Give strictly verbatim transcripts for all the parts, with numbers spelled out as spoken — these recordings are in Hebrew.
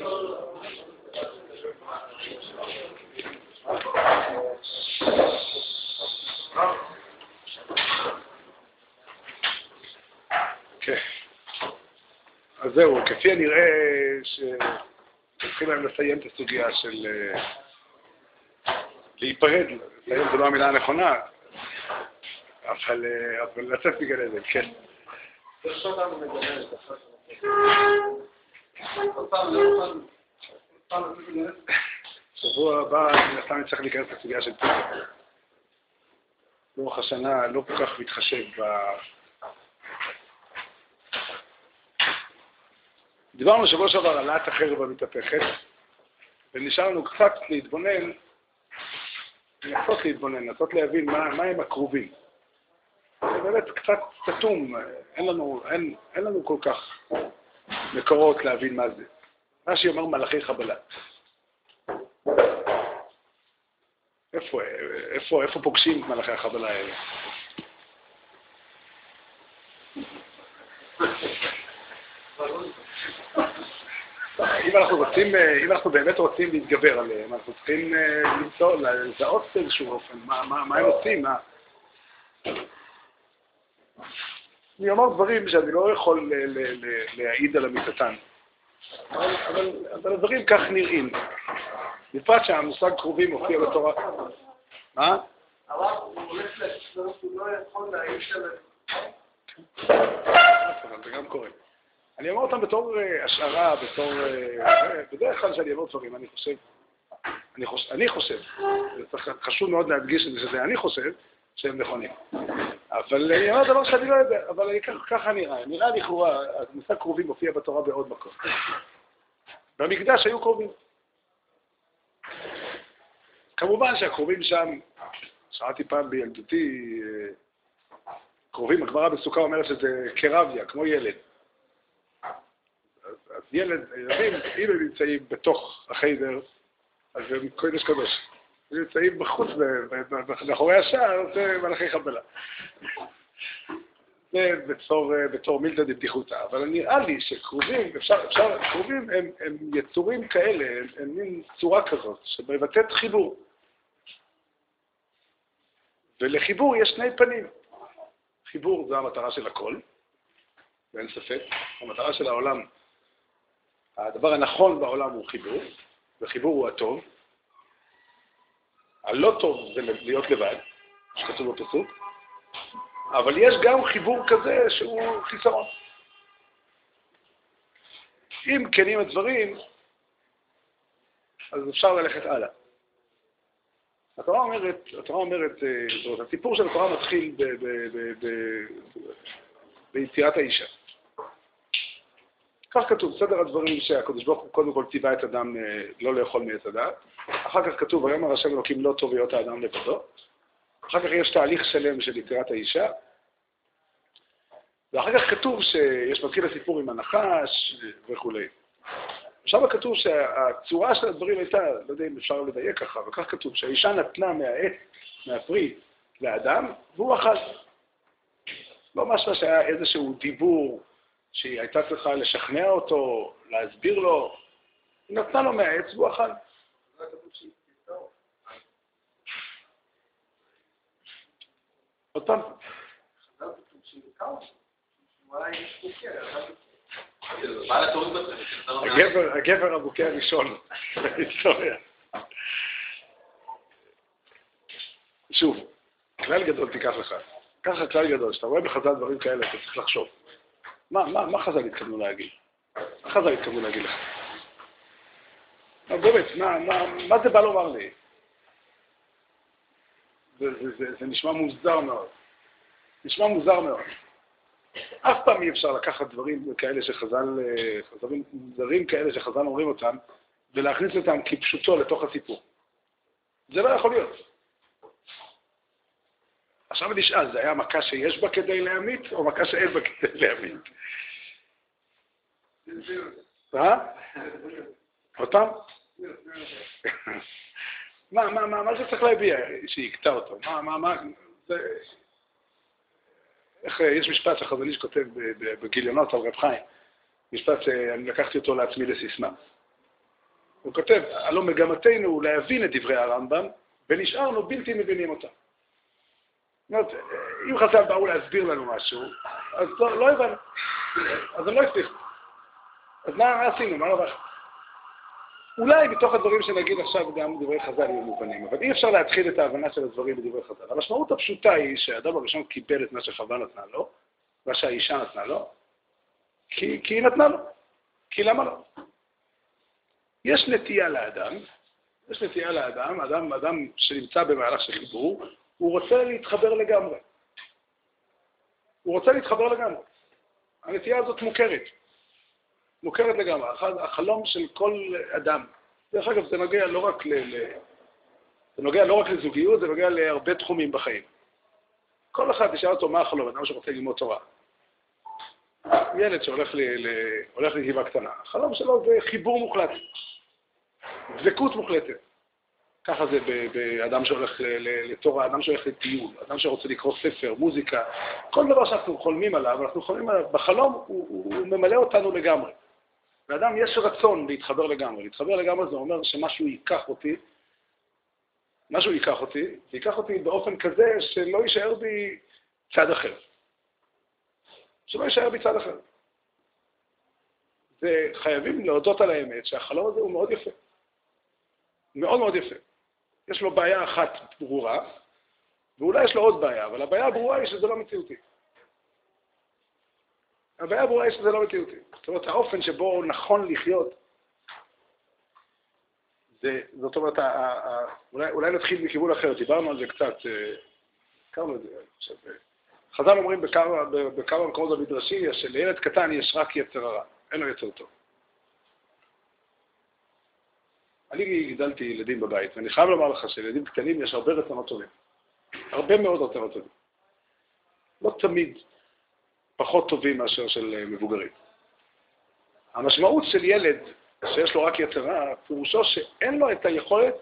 כן. אז זהו, כפי הנראה שצריכים להם לסיים את הסוגיה של להיפרד, לסיים זה לא המילה הנכונה, אבל לצאת בגלל זה, כן. שבוע הבא נתן אני צריך להיכנס לסוגיה של פסח. לאורך השנה לא כל כך מתחשב ב... דיברנו שבוע שעבר על לאט החרב המתהפכת, ונשאר לנו קצת להתבונן, לנסות להתבונן, לנסות להבין מה, מה הם הקרובים. זה באמת קצת סתום, אין לנו, אין, אין לנו כל כך מקורות להבין מה זה. מה שאומר מלאכי חבלה. איפה, איפה, איפה פוגשים את מלאכי החבלה האלה? אם אנחנו רוצים, אם אנחנו באמת רוצים להתגבר עליהם, אנחנו צריכים למצוא, לזהות באיזשהו אופן, מה, מה, מה הם עושים, מה... אני אומר דברים שאני לא יכול ל- ל- ל- להעיד על אמיתתן, אבל, אבל, אבל הדברים כך נראים. בפרט שהמושג קרובים מופיע בתורה. מה? הרב הוא הולך לסוף, הוא לא יכול להעיד על זה. זה גם קורה. אני אומר אותם בתור השערה, בתור... בדרך כלל שאני אומר דברים, אני חושב, אני חושב, אני חושב, חשוב מאוד להדגיש את זה שזה אני חושב, שהם נכונים. אבל אני אומר דבר שאני לא יודע, אבל אני ככה נראה. נראה לכאורה, המושג קרובים מופיע בתורה בעוד מקום. במקדש היו קרובים. כמובן שהקרובים שם, שאלתי פעם בילדותי, קרובים, הגמרא בסוכה אומרת שזה קרביה, כמו ילד. אז ילד, ילדים, אם הם נמצאים בתוך החיידר, אז הם קודש קדוש. אם הם נמצאים בחוץ, מאחורי השער, זה מלאכי חבלה. זה בתור, בתור מילתא דבדיחותא. אבל נראה לי שקרובים, אפשר, אפשר, קרובים הם, הם יצורים כאלה, הם, הם מין צורה כזאת, שמבטאת חיבור. ולחיבור יש שני פנים. חיבור זה המטרה של הכל, ואין ספק. המטרה של העולם, הדבר הנכון בעולם הוא חיבור, וחיבור הוא הטוב. הלא טוב זה להיות לבד, שכתוב בפסוק, אבל יש גם חיבור כזה שהוא חיסרון. אם כנים הדברים, אז אפשר ללכת הלאה. התורה אומרת, התורה אומרת, זאת אומרת, הסיפור של התורה מתחיל ב, ב, ב, ב, ביצירת האישה. כך כתוב, סדר הדברים שהקדוש ברוך הוא קודם כל ציווה את אדם לא לאכול מעץ הדעת. אחר כך כתוב, ויאמר השם אלוקים לא טוב היות האדם לבדו. אחר כך יש תהליך שלם של יצירת האישה. ואחר כך כתוב שיש מתחיל הסיפור עם הנחש וכו'. עכשיו כתוב שהצורה של הדברים הייתה, לא יודע אם אפשר לדייק ככה, אבל כך כתוב שהאישה נתנה מהעץ, מהפרי, לאדם, והוא אכל. לא משהו שהיה איזשהו דיבור שהיא הייתה צריכה לשכנע אותו, להסביר לו. היא נתנה לו מהעץ והוא אכל. עוד פעם. הגבר הבוקר הראשון בהיסטוריה. שוב, כלל גדול תיקח לך. ככה כלל גדול, שאתה רואה בחז"ל דברים כאלה, אתה צריך לחשוב. מה, מה, מה חז"ל התכוונו להגיד? מה חז"ל התכוונו להגיד לך? באמת, מה, מה, מה זה בא לומר לי? זה, זה, זה, זה נשמע מוזר מאוד. נשמע מוזר מאוד. אף פעם אי אפשר לקחת דברים כאלה שחז"ל, דברים מוזרים כאלה שחז"ל אומרים אותם, ולהכניס אותם כפשוטו לתוך הסיפור. זה לא יכול להיות. עכשיו נשאל, זה היה מכה שיש בה כדי להמית, או מכה שאין בה כדי להמית? מה? אותם? מה, מה, מה, מה זה צריך להביע שיקטע אותו? מה, מה, מה, זה... איך, יש משפט שחז"ל איש כותב בגיליונות על רב חיים, משפט שאני לקחתי אותו לעצמי לסיסמה. הוא כותב, הלא מגמתנו להבין את דברי הרמב"ם, ונשארנו בלתי מבינים אותם. זאת אומרת, אם חז"ל באו להסביר לנו משהו, אז לא, לא הבנו, אז הם לא הצליחו. אז מה עשינו? מה לא רע? אולי בתוך הדברים שנגיד עכשיו גם דברי חז"ל יהיו מובנים, אבל אי אפשר להתחיל את ההבנה של הדברים בדברי חז"ל. המשמעות הפשוטה היא שהאדם הראשון קיבל את מה שחווה נתנה לו, מה שהאישה נתנה לו, כי, כי היא נתנה לו. כי למה לא? יש נטייה לאדם, יש נטייה לאדם, אדם, אדם שנמצא במהלך של חיבור, הוא רוצה להתחבר לגמרי. הוא רוצה להתחבר לגמרי. הנטייה הזאת מוכרת. מוכרת לגמרי. החלום של כל אדם. דרך אגב, זה נוגע לא רק ל... זה נוגע לא רק לזוגיות, זה נוגע להרבה תחומים בחיים. כל אחד תשאל אותו מה החלום, אדם שרוצה ללמוד תורה. ילד שהולך ל... ל... הולך לישיבה קטנה. החלום שלו זה חיבור מוחלט. דבקות מוחלטת. ככה זה באדם שהולך לתורה, אדם שהולך לטיול, אדם שרוצה לקרוא ספר, מוזיקה. כל דבר שאנחנו חולמים עליו, אנחנו חולמים עליו, בחלום הוא, הוא, הוא ממלא אותנו לגמרי. לאדם יש רצון להתחבר לגמרי. להתחבר לגמרי זה אומר שמשהו ייקח אותי, משהו ייקח אותי, ייקח אותי באופן כזה שלא יישאר בי צד אחר. שלא יישאר בי צד אחר. וחייבים להודות על האמת שהחלום הזה הוא מאוד יפה. מאוד מאוד יפה. יש לו בעיה אחת ברורה, ואולי יש לו עוד בעיה, אבל הבעיה הברורה היא שזה לא מציאותי. הבעיה הברורה היא שזה לא מציאותי. זאת אומרת, האופן שבו נכון לחיות, זה, זאת אומרת, ה, ה, ה, אולי, אולי נתחיל מכיוון אחר, דיברנו על זה קצת, הכרנו את זה, עכשיו, חז"ל אומרים בכמה, בכמה מקומות במדרשי, שלילד קטן יש רק יצר הרע, אין לו יצר טוב. אני גידלתי ילדים בבית, ואני חייב לומר לך שלילדים קטנים יש הרבה רצונות טובים. הרבה מאוד רצונות טובים. לא תמיד פחות טובים מאשר של מבוגרים. המשמעות של ילד שיש לו רק יצר רע, פירושו שאין לו את היכולת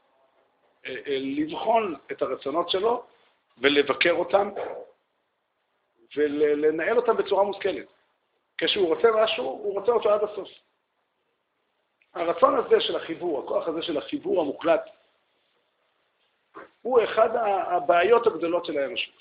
לבחון את הרצונות שלו ולבקר אותם ולנהל אותם בצורה מושכלת. כשהוא רוצה משהו, הוא רוצה אותו עד הסוף. הרצון הזה של החיבור, הכוח הזה של החיבור המוחלט, הוא אחד הבעיות הגדולות של האנושות.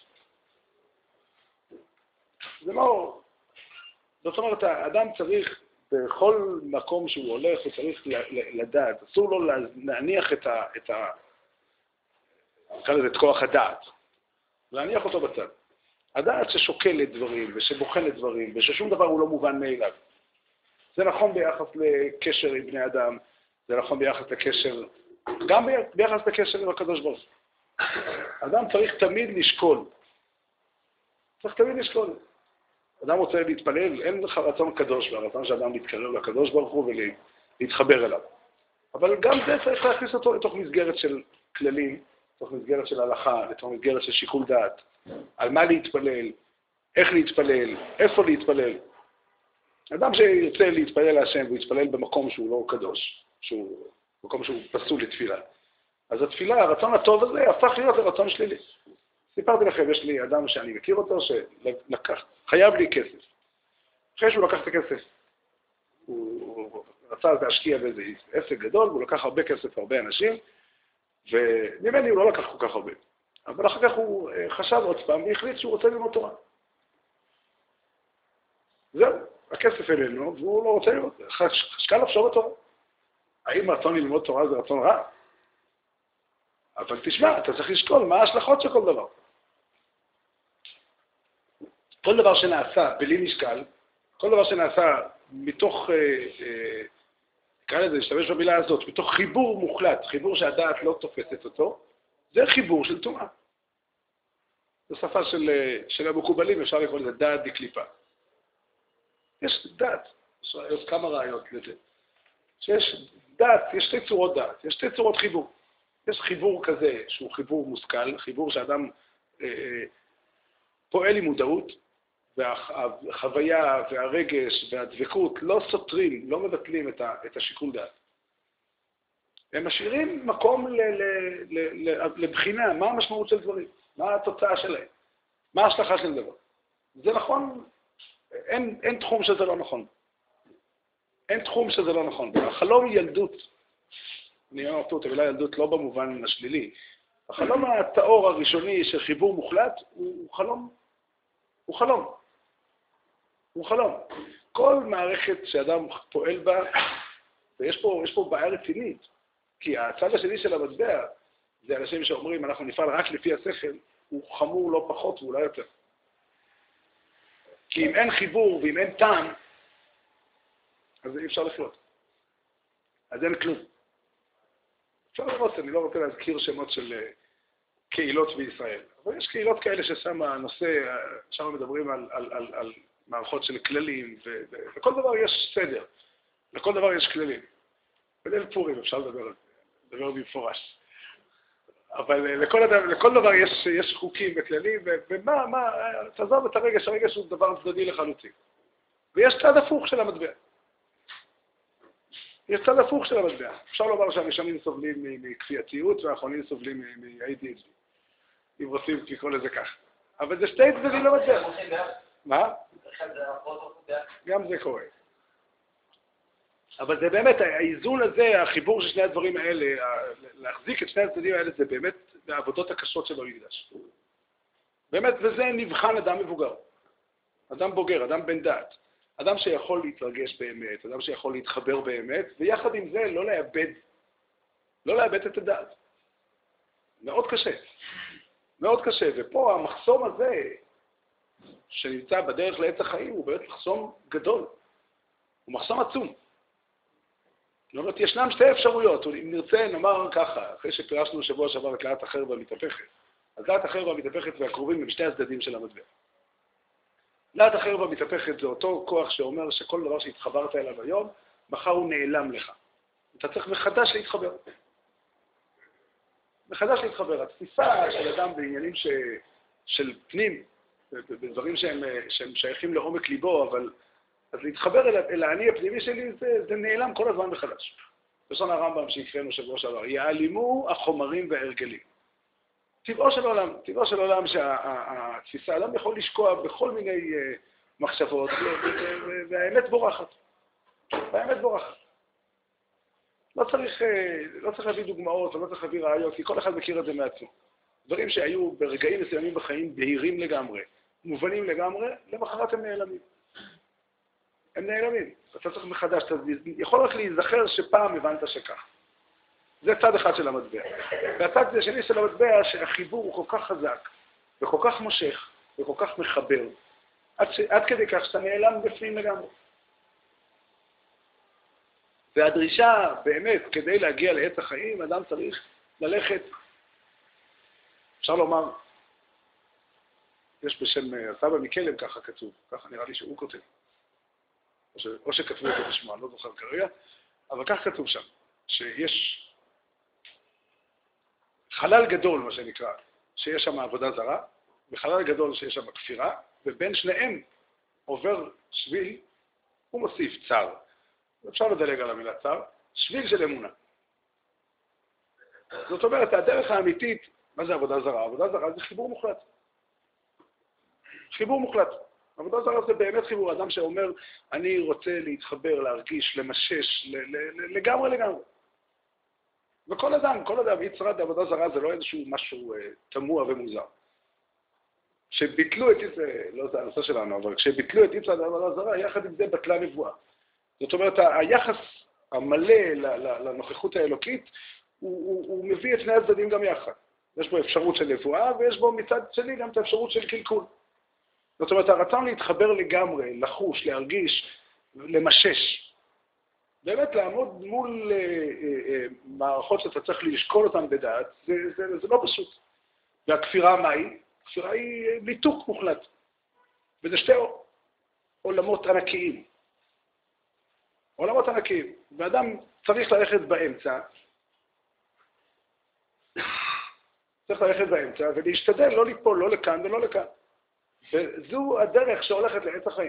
זה לא... זאת אומרת, האדם צריך, בכל מקום שהוא הולך, הוא צריך לדעת, אסור לו להניח את ה... את ה... נקרא לזה את כוח הדעת, להניח אותו בצד. הדעת ששוקלת דברים, ושבוחנת דברים, וששום דבר הוא לא מובן מאליו. זה נכון ביחס לקשר עם בני אדם, זה נכון ביחס לקשר, גם ביחס לקשר עם הקדוש ברוך הוא. אדם צריך תמיד לשקול. צריך תמיד לשקול. אדם רוצה להתפלל, אין לך רצון קדוש, והרצון שאדם להתקרב לקדוש ברוך הוא ולהתחבר אליו. אבל גם זה צריך להכניס אותו לתוך מסגרת של כללים, לתוך מסגרת של הלכה, לתוך מסגרת של שיקול דעת. על מה להתפלל, איך להתפלל, איפה להתפלל. אדם שיוצא להתפלל להשם והוא יתפלל במקום שהוא לא קדוש, שהוא מקום שהוא פסול לתפילה. אז התפילה, הרצון הטוב הזה, הפך להיות לרצון שלילי. סיפרתי לכם, יש לי אדם שאני מכיר אותו, שלקח, חייב לי כסף. אחרי שהוא לקח את הכסף, הוא רצה להשקיע באיזה עסק גדול, והוא לקח הרבה כסף, הרבה אנשים, וממני הוא לא לקח כל כך הרבה. אבל אחר כך הוא חשב עוד פעם, והחליט שהוא רוצה ללמוד תורה. זהו. הכסף אלינו, והוא לא רוצה ללמוד, חשקה לחשוב בתורה. האם רצון ללמוד תורה זה רצון רע? אבל תשמע, אתה צריך לשקול מה ההשלכות של כל דבר. כל דבר שנעשה בלי משקל, כל דבר שנעשה מתוך, נקרא לזה, להשתמש במילה הזאת, מתוך חיבור מוחלט, חיבור שהדעת לא תופסת אותו, זה חיבור של טומאה. זו שפה של, של המקובלים, אפשר לקרוא לזה דעת דקליפה. יש דת, יש כמה רעיות לזה, שיש דת, יש שתי צורות דת, יש שתי צורות חיבור. יש חיבור כזה שהוא חיבור מושכל, חיבור שאדם אה, אה, פועל עם מודעות, והחוויה והרגש והדבקות לא סותרים, לא מבטלים את, ה, את השיקול דעת. הם משאירים מקום ל, ל, ל, ל, לבחינה, מה המשמעות של דברים, מה התוצאה שלהם, מה ההשלכה של דבר. זה נכון, אין, אין תחום שזה לא נכון. אין תחום שזה לא נכון. החלום ילדות אני אומר פה, תבילה ילדות לא במובן השלילי. החלום הטהור הראשוני של חיבור מוחלט הוא חלום. הוא חלום. הוא חלום. כל מערכת שאדם פועל בה, ויש פה, יש פה בעיה רצינית, כי הצד השני של המטבע, זה אנשים שאומרים, אנחנו נפעל רק לפי השכל, הוא חמור לא פחות ואולי יותר. כי אם אין חיבור ואם אין טעם, אז אי אפשר לחיות. אז אין כלום. אפשר לראות, אני לא רוצה להזכיר שמות של קהילות בישראל, אבל יש קהילות כאלה ששם הנושא, שם מדברים על, על, על, על מערכות של כללים, ולכל דבר יש סדר, לכל דבר יש כללים. בליל פורים אפשר לדבר על זה, לדבר במפורש. אבל לכל, אדם, לכל דבר יש, יש חוקים וכללים, ומה, מה, תעזוב את הרגש, הרגש הוא דבר צדדי לחלוטין. ויש צד הפוך של המטבע. יש צד הפוך של המטבע. אפשר לומר שהראשונים סובלים מכפייתיות והאחרונים סובלים מ-איי די אייץ' די. אם רוצים לקרוא לזה כך. אבל זה שתי צדדים למטבע. מה? גם זה קורה. אבל זה באמת, האיזון הזה, החיבור של שני הדברים האלה, להחזיק את שני הצדדים האלה, זה באמת העבודות הקשות של המקדש. באמת, וזה נבחן אדם מבוגר. אדם בוגר, אדם בן דעת. אדם שיכול להתרגש באמת, אדם שיכול להתחבר באמת, ויחד עם זה לא לאבד, לא לאבד את הדעת. מאוד קשה. מאוד קשה. ופה המחסום הזה, שנמצא בדרך לעץ החיים, הוא באמת מחסום גדול. הוא מחסום עצום. זאת אומרת, ישנם שתי אפשרויות. אם נרצה, נאמר ככה, אחרי שפירשנו שבוע שעבר את לאט אחר והמתהפכת. אז לאט אחר והמתהפכת והקרובים הם שתי הצדדים של המטבע. לאט אחר והמתהפכת זה אותו כוח שאומר שכל דבר שהתחברת אליו היום, מחר הוא נעלם לך. אתה צריך מחדש להתחבר. מחדש להתחבר. התפיסה של אדם בעניינים ש... של פנים, בדברים שהם, שהם שייכים לעומק ליבו, אבל אז להתחבר אל, אל העני הפנימי שלי, זה, זה נעלם כל הזמן מחדש. לשון הרמב"ם שהקראנו שבוע שעבר, יעלימו החומרים וההרגלים. טבעו של עולם, טבעו של עולם שהתפיסה, אדם יכול לשקוע בכל מיני מחשבות, והאמת בורחת. והאמת בורחת. לא צריך, לא צריך להביא דוגמאות, לא צריך להביא ראיות, כי כל אחד מכיר את זה מעצמו. דברים שהיו ברגעים מסוימים בחיים בהירים לגמרי, מובנים לגמרי, למחרת הם נעלמים. הם נעלמים. אתה צריך מחדש, אתה יכול רק להיזכר שפעם הבנת שכך. זה צד אחד של המטבע. והצד השני של המטבע שהחיבור הוא כל כך חזק, וכל כך מושך, וכל כך מחבר, עד, ש... עד כדי כך שאתה נעלם בפנים לגמרי. והדרישה באמת, כדי להגיע לעץ החיים, אדם צריך ללכת, אפשר לומר, יש בשם הסבא מקלם ככה כתוב, ככה נראה לי שהוא כותב. או, ש... או שכתבו אותו בשמו, אני לא זוכר כרגע, אבל כך כתוב שם, שיש חלל גדול, מה שנקרא, שיש שם עבודה זרה, וחלל גדול שיש שם כפירה, ובין שניהם עובר שביל, הוא מוסיף צר. אפשר לדלג על המילה צר, שביל של אמונה. זאת אומרת, הדרך האמיתית, מה זה עבודה זרה? עבודה זרה זה חיבור מוחלט. חיבור מוחלט. עבודה זרה זה באמת חיבור, אדם שאומר, אני רוצה להתחבר, להרגיש, למשש, לגמרי לגמרי. וכל אדם, כל אדם, יצרד עבודה זרה זה לא איזשהו משהו אה, תמוה ומוזר. כשביטלו את יצרד, לא זה הנושא שלנו, אבל כשביטלו את יצרד עבודה זרה, יחד עם זה בטלה נבואה. זאת אומרת, היחס המלא לנוכחות האלוקית, הוא, הוא, הוא מביא את שני הצדדים גם יחד. יש בו אפשרות של נבואה, ויש בו מצד שני גם את האפשרות של קלקול. זאת אומרת, הרצון להתחבר לגמרי, לחוש, להרגיש, למשש. באמת לעמוד מול אה, אה, מערכות שאתה צריך לשקול אותן בדעת, זה, זה, זה לא פשוט. והכפירה מה היא? הכפירה היא ניתוק מוחלט. וזה שתי עולמות ענקיים. עולמות ענקיים. ואדם צריך ללכת באמצע, צריך ללכת באמצע ולהשתדל לא ליפול לא לכאן ולא לכאן. וזו הדרך שהולכת לעץ החיים.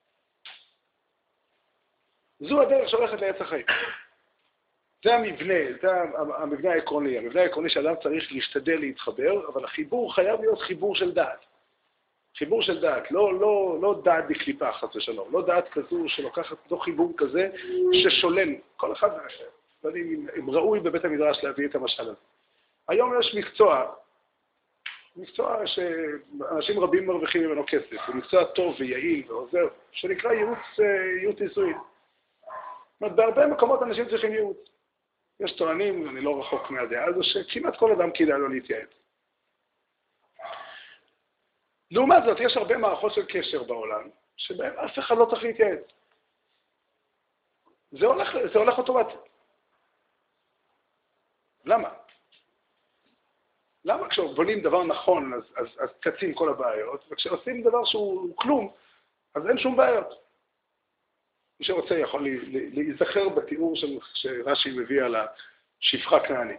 זו הדרך שהולכת לעץ החיים. זה המבנה, זה המבנה העקרוני. המבנה העקרוני שאדם צריך להשתדל להתחבר, אבל החיבור חייב להיות חיבור של דעת. חיבור של דעת, לא, לא, לא דעת בקליפה חס ושלום, לא דעת כזו שלוקחת, לא חיבור כזה ששולל כל אחד מהאחר. ואני אם ראוי בבית המדרש להביא את המשל הזה. היום יש מקצוע, מקצוע שאנשים רבים מרוויחים ממנו כסף, הוא מקצוע טוב ויעיל ועוזר, שנקרא ייעוץ, ייעוץ נישואין. זאת אומרת, בהרבה מקומות אנשים צריכים ייעוץ. יש טוענים, אני לא רחוק מהדעה הזו, שכמעט כל אדם כדאי לו להתייעץ. לעומת זאת, יש הרבה מערכות של קשר בעולם, שבהם אף אחד לא צריך להתייעץ. זה הולך, זה הולך אוטומטי. למה? למה כשבונים דבר נכון, אז, אז, אז קצים כל הבעיות, וכשעושים דבר שהוא כלום, אז אין שום בעיות. מי שרוצה יכול להיזכר בתיאור של שרש"י מביא על השפחה כנענית.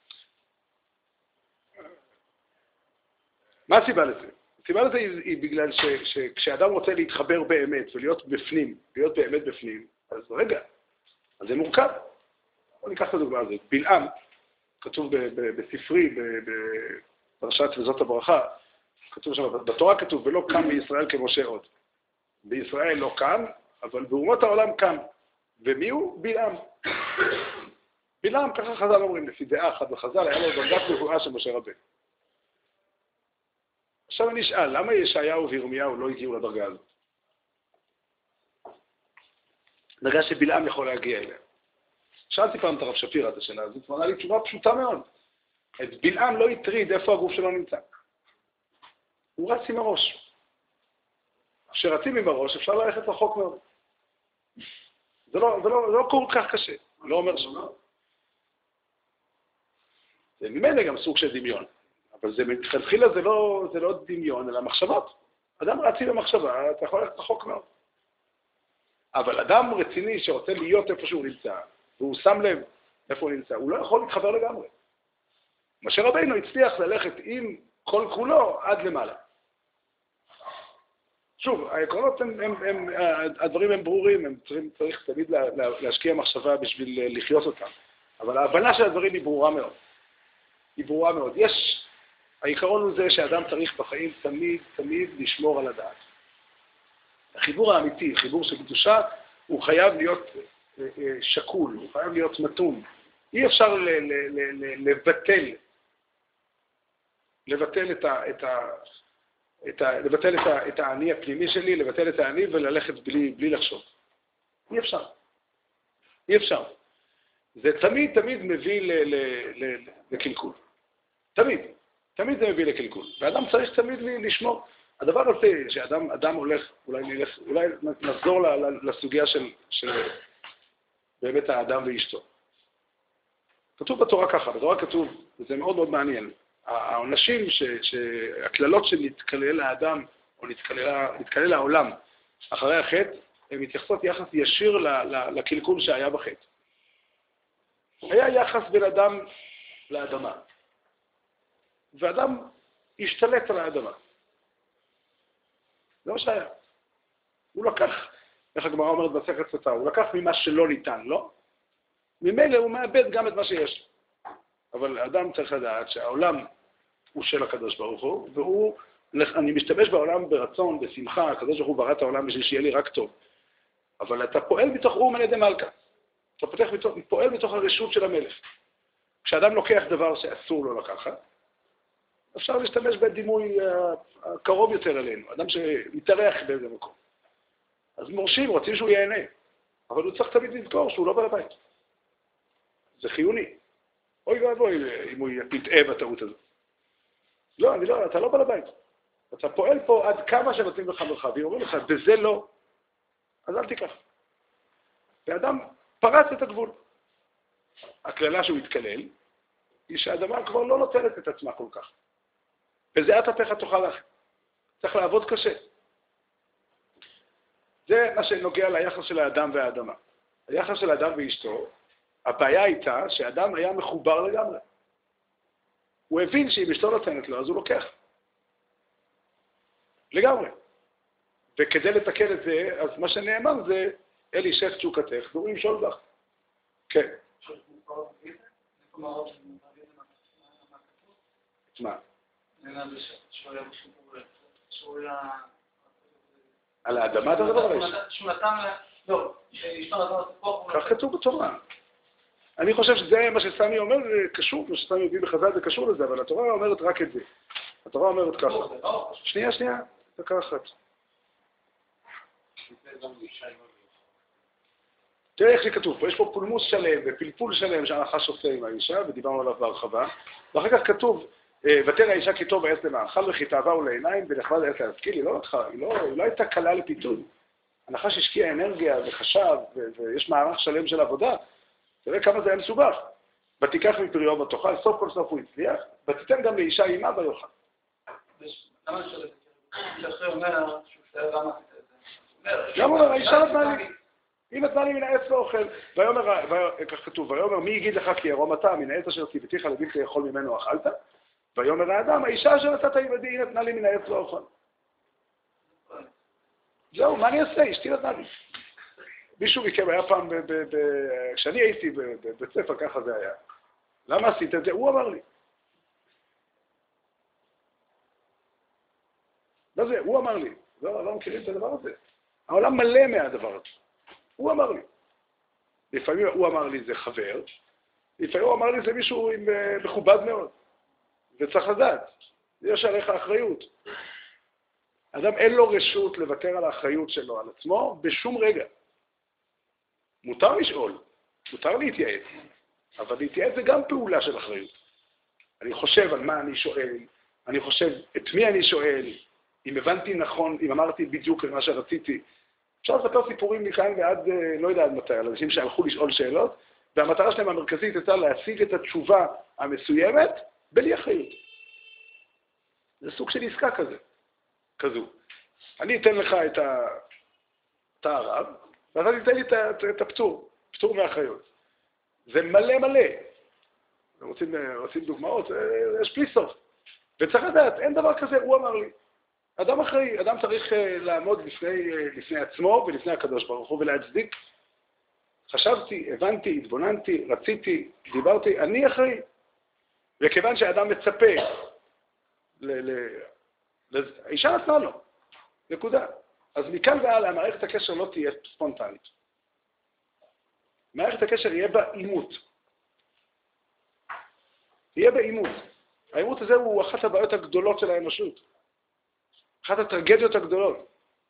מה הסיבה לזה? הסיבה לזה היא, היא בגלל ש, שכשאדם רוצה להתחבר באמת ולהיות בפנים, להיות באמת בפנים, אז רגע, אז זה מורכב. בוא ניקח את הדוגמה הזאת. בלעם, כתוב ב, ב, בספרי, בפרשת וזאת הברכה, כתוב שם, בתורה כתוב, ולא קם בישראל כמשה עוד. בישראל לא קם, אבל באומות העולם קם. ומי הוא? בלעם. בלעם, ככה חז"ל אומרים, לפי דעה אחת בחז"ל, היה לו דרגת נבואה של משה רבנו. עכשיו אני אשאל, למה ישעיהו וירמיהו לא הגיעו לדרגה הזאת? דרגה שבלעם יכול להגיע אליה. שאלתי פעם את הרב שפירא את השאלה הזאת, וענה לי תשובה פשוטה מאוד. את בלעם לא יטריד איפה הגוף שלו נמצא. הוא רץ עם הראש. כשרצים עם הראש אפשר ללכת רחוק מאוד. זה לא, זה לא, זה לא כל כך קשה. אני לא אומר ש... זה ממילא גם סוג של דמיון. אבל זה מתחילה זה לא, זה לא דמיון, אלא מחשבות. אדם רצים במחשבה, אתה יכול ללכת רחוק מאוד. אבל אדם רציני שרוצה להיות איפה שהוא נמצא, והוא שם לב איפה הוא נמצא, הוא לא יכול להתחבר לגמרי. משה רבינו הצליח ללכת עם כל כולו עד למעלה. שוב, העקרונות הם, הם, הם, הדברים הם ברורים, הם צריכים, צריך תמיד לה, להשקיע מחשבה בשביל לחיות אותם. אבל ההבנה של הדברים היא ברורה מאוד. היא ברורה מאוד. יש, העיקרון הוא זה שאדם צריך בחיים תמיד, תמיד לשמור על הדעת. החיבור האמיתי, חיבור של קדושה, הוא חייב להיות שקול, הוא חייב להיות מתון. אי אפשר ל- ל- ל- ל- לבטל, לבטל את ה... את ה את ה, לבטל את, ה, את האני הפנימי שלי, לבטל את האני וללכת בלי, בלי לחשוב. אי אפשר. אי אפשר. זה תמיד, תמיד מביא ל, ל, ל, לקלקול. תמיד. תמיד זה מביא לקלקול. ואדם צריך תמיד לשמור. הדבר הזה, שאדם אדם הולך, אולי, נלך, אולי נחזור לסוגיה של, של באמת האדם ואשתו. כתוב בתורה ככה, בתורה כתוב, וזה מאוד מאוד מעניין, העונשים, הכללות שנתקלל לאדם, או נתקלל לעולם אחרי החטא, הן מתייחסות יחס ישיר לקלקול שהיה בחטא. היה יחס בין אדם לאדמה, ואדם השתלט על האדמה. זה מה שהיה. הוא לקח, איך הגמרא אומרת במסכת סוטה, הוא לקח ממה שלא ניתן, לא? ממילא הוא מאבד גם את מה שיש. אבל האדם צריך לדעת שהעולם הוא של הקדוש ברוך הוא, והוא, אני משתמש בעולם ברצון, בשמחה, הקדוש ברוך הוא ברא את העולם בשביל שיהיה לי רק טוב. אבל אתה פועל מתוך אום על ידי מלכה. אתה פותח מתוך, פועל מתוך הרשות של המלך. כשאדם לוקח דבר שאסור לו לקחת, אפשר להשתמש בדימוי הקרוב יותר אלינו, אדם שמתארח באיזה מקום. אז מורשים, רוצים שהוא ייהנה, אבל הוא צריך תמיד לזכור שהוא לא בעל הבית. זה חיוני. אוי ואבוי אם הוא יתאה בטעות הזאת. לא, אני לא, אתה לא בעל הבית. אתה פועל פה עד כמה שנותנים לך מרחב, והיא אומרים לך, בזה לא, אז אל תיקח. ואדם פרץ את הגבול. הכללה שהוא יתקלל, היא שהאדמה כבר לא נותנת את עצמה כל כך. בזה את הפך תוכל לך. צריך לעבוד קשה. זה מה שנוגע ליחס של האדם והאדמה. היחס של האדם ואשתו, הבעיה הייתה שהאדם היה מחובר לגמרי. הוא הבין שאם אשתו נותנת לו, אז הוא לוקח. לגמרי. וכדי לתקן את זה, אז מה שנאמר זה, אל אישך תשוקתך, והוא ימשול בך. כן. מה? על האדמה אתה מדבר עליך? שהוא נתן לה... לא, שאשתו נתן לה תפוח... כך כתוב בתורה. אני חושב שזה מה שסמי אומר, זה קשור, מה שסמי מביא בחז"ל זה קשור לזה, אבל התורה אומרת רק את זה. התורה אומרת ככה. שנייה, שנייה, דקה אחת. תראה איך זה כתוב פה, יש פה פולמוס שלם ופלפול שלם שהנחש עושה עם האישה, ודיברנו עליו בהרחבה, ואחר כך כתוב, ותראה האישה כי טוב העץ למאכל וכי תאווה ולעיניים ונחמד העץ להשכיל, היא לא לקחה, היא לא, היא לא הייתה קלה לפיתוי. הנחש השקיע אנרגיה וחשב, ויש מערך שלם של עבודה. תראה כמה זה היה מסובך. ותיקח מפריו ותאכל, סוף כל סוף הוא הצליח, ותיתן גם לאישה אימה ויאכל. למה שאחרי אומר שהוא שואל למה גם אומר, האישה נתנה לי, היא נתנה לי מן העץ ואוכל. ויאמר, כך כתוב, ויאמר מי יגיד לך כי ירום אתה מן העץ אשר ציוותיך לבלתי לאכול ממנו אכלת? ויאמר האדם, האישה אשר נתת עימדי היא נתנה לי מן העץ ואוכל. זהו, מה אני אעשה? אשתי נתנה לי. מישהו מכם היה פעם, כשאני הייתי בבית ספר, ככה זה היה. למה עשית את זה? הוא אמר לי. מה זה? הוא אמר לי. לא, לא מכירים את הדבר הזה. העולם מלא מהדבר הזה. הוא אמר לי. לפעמים הוא אמר לי זה חבר, לפעמים הוא אמר לי זה מישהו עם, מכובד מאוד. וצריך לדעת. יש עליך אחריות. אדם אין לו רשות לוותר על האחריות שלו, על עצמו, בשום רגע. מותר לשאול, מותר להתייעץ, אבל להתייעץ זה גם פעולה של אחריות. אני חושב על מה אני שואל, אני חושב את מי אני שואל, אם הבנתי נכון, אם אמרתי בדיוק את מה שרציתי. אפשר לספר סיפורים מכאן ועד לא יודע עד מתי, על אנשים שהלכו לשאול שאלות, והמטרה שלהם המרכזית הייתה להשיג את התשובה המסוימת בלי אחריות. זה סוג של עסקה כזה, כזו. אני אתן לך את הערב, ואתה תיתן לי את הפטור, פטור מאחריות. זה מלא מלא. רוצים, רוצים דוגמאות, יש פלי סוף. וצריך לדעת, אין דבר כזה, הוא אמר לי. אדם אחראי, אדם צריך לעמוד לפני, לפני עצמו ולפני הקדוש ברוך הוא ולהצדיק. חשבתי, הבנתי, התבוננתי, רציתי, דיברתי, אני אחראי. וכיוון שהאדם מצפה, ל, ל, האישה נתנה לו, נקודה. אז מכאן והלאה, מערכת הקשר לא תהיה ספונטנית. מערכת הקשר יהיה בה אימות. יהיה בה אימות. האימות הזה הוא אחת הבעיות הגדולות של האנושות. אחת הטרגדיות הגדולות.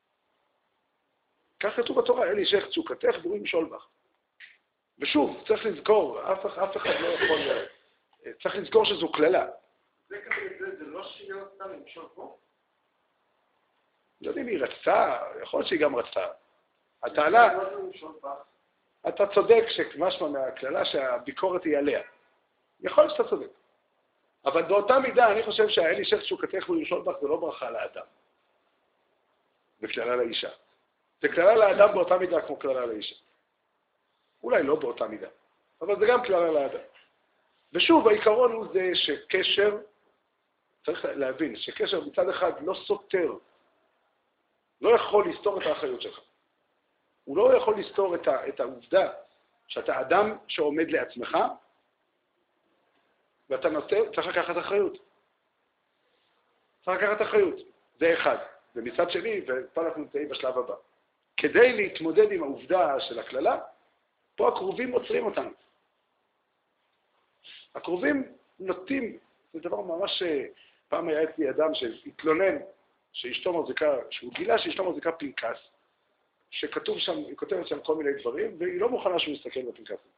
כך כתוב בתורה, אלי שך צוקתך בורים שול בך. ושוב, צריך לזכור, אף, אף אחד לא יכול, צריך לזכור שזו כללה. זה כזה, זה לא שיהיה אותם למשול פה? לא יודע אם היא רצתה, יכול להיות שהיא גם רצתה. הטענה, אתה צודק שמשמע מהכללה שהביקורת היא עליה. יכול להיות שאתה צודק. אבל באותה מידה אני חושב שהאלי שך שוקתך ולמשול בך זה לא ברכה לאדם. זה כללה לאישה. זה כללה לאדם באותה מידה כמו כללה לאישה. אולי לא באותה מידה, אבל זה גם כללה לאדם. ושוב, העיקרון הוא זה שקשר, צריך להבין, שקשר מצד אחד לא סותר, לא יכול לסתור את האחריות שלך. הוא לא יכול לסתור את, ה, את העובדה שאתה אדם שעומד לעצמך, ואתה נותן, צריך לקחת אחריות. צריך לקחת אחריות. זה אחד. ומצד שני, ופה אנחנו נמצאים בשלב הבא. כדי להתמודד עם העובדה של הכללה, פה הקרובים עוצרים אותנו. הקרובים נוטים, זה דבר ממש, פעם היה אצלי אדם שהתלונן, שאשתו מחזיקה, שהוא גילה שאשתו מחזיקה פנקס, שכתוב שם, היא כותבת שם כל מיני דברים, והיא לא מוכנה שהוא יסתכל בפנקס הזה.